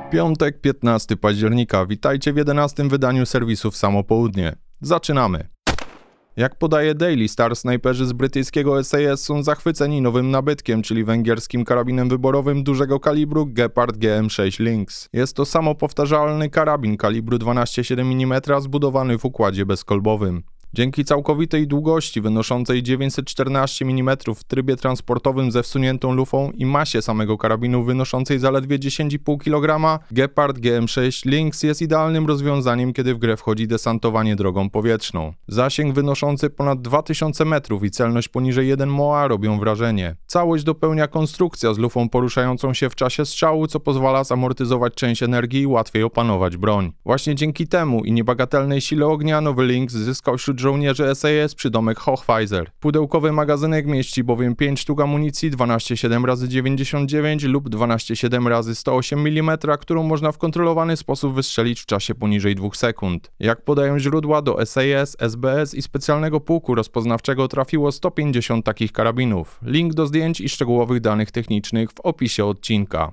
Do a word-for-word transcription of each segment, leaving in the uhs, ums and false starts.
Piątek, piętnastego października. Witajcie w jedenastym wydaniu serwisu w samo południe. Zaczynamy. Jak podaje Daily Star, snajperzy z brytyjskiego S A S są zachwyceni nowym nabytkiem, czyli węgierskim karabinem wyborowym dużego kalibru Gepard G M sześć Lynx. Jest to samopowtarzalny karabin kalibru dwanaście przecinek siedem milimetra zbudowany w układzie bezkolbowym. Dzięki całkowitej długości wynoszącej dziewięćset czternaście milimetrów w trybie transportowym ze wsuniętą lufą i masie samego karabinu wynoszącej zaledwie dziesięć i pół kilograma, Gepard G M sześć Lynx jest idealnym rozwiązaniem, kiedy w grę wchodzi desantowanie drogą powietrzną. Zasięg wynoszący ponad dwa tysiące metrów i celność poniżej jeden M O A robią wrażenie. Całość dopełnia konstrukcja z lufą poruszającą się w czasie strzału, co pozwala zamortyzować część energii i łatwiej opanować broń. Właśnie dzięki temu i niebagatelnej sile ognia nowy Lynx zyskał wśród żołnierzy S A S przydomek Hochweiser. Pudełkowy magazynek mieści bowiem pięć sztuk amunicji dwanaście przecinek siedem razy dziewięćdziesiąt dziewięć lub dwanaście przecinek siedem razy sto osiem milimetrów, którą można w kontrolowany sposób wystrzelić w czasie poniżej dwóch sekund. Jak podają źródła, do S A S, S B S i specjalnego pułku rozpoznawczego trafiło sto pięćdziesiąt takich karabinów. Link do zdjęć i szczegółowych danych technicznych w opisie odcinka.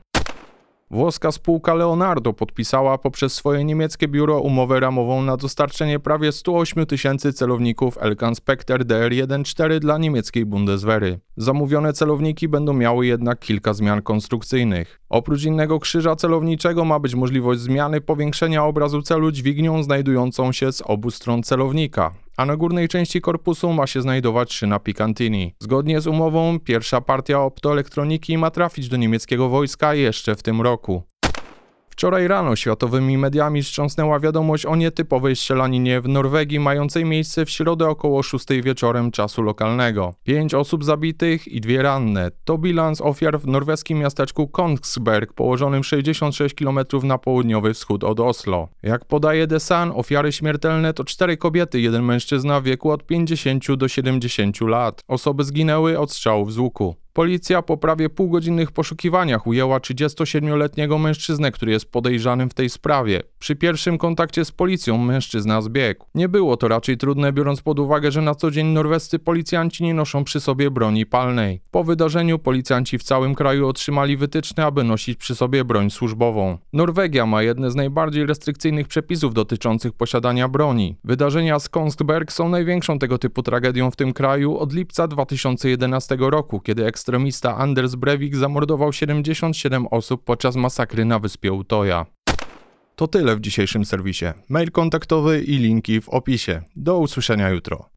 Włoska spółka Leonardo podpisała poprzez swoje niemieckie biuro umowę ramową na dostarczenie prawie stu ośmiu tysięcy celowników Elkan Spectre D R jeden cztery dla niemieckiej Bundeswehry. Zamówione celowniki będą miały jednak kilka zmian konstrukcyjnych. Oprócz innego krzyża celowniczego ma być możliwość zmiany powiększenia obrazu celu dźwignią znajdującą się z obu stron celownika, a na górnej części korpusu ma się znajdować szyna Picatinny. Zgodnie z umową pierwsza partia optoelektroniki ma trafić do niemieckiego wojska jeszcze w tym roku. Wczoraj rano światowymi mediami wstrząsnęła wiadomość o nietypowej strzelaninie w Norwegii mającej miejsce w środę około szóstej wieczorem czasu lokalnego. Pięć osób zabitych i dwie ranne. To bilans ofiar w norweskim miasteczku Kongsberg położonym sześćdziesiąt sześć kilometrów na południowy wschód od Oslo. Jak podaje The Sun, ofiary śmiertelne to cztery kobiety, jeden mężczyzna w wieku od pięćdziesięciu do siedemdziesięciu lat. Osoby zginęły od strzałów z łuku. Policja po prawie półgodzinnych poszukiwaniach ujęła trzydziestosiedmioletniego mężczyznę, który jest podejrzanym w tej sprawie. Przy pierwszym kontakcie z policją mężczyzna zbiegł. Nie było to raczej trudne, biorąc pod uwagę, że na co dzień norwescy policjanci nie noszą przy sobie broni palnej. Po wydarzeniu policjanci w całym kraju otrzymali wytyczne, aby nosić przy sobie broń służbową. Norwegia ma jedne z najbardziej restrykcyjnych przepisów dotyczących posiadania broni. Wydarzenia z Kongsberg są największą tego typu tragedią w tym kraju od lipca dwa tysiące jedenastego roku, kiedy ekstremista Anders Breivik zamordował siedemdziesiąt siedem osób podczas masakry na wyspie Utoja. To tyle w dzisiejszym serwisie. Mail kontaktowy i linki w opisie. Do usłyszenia jutro.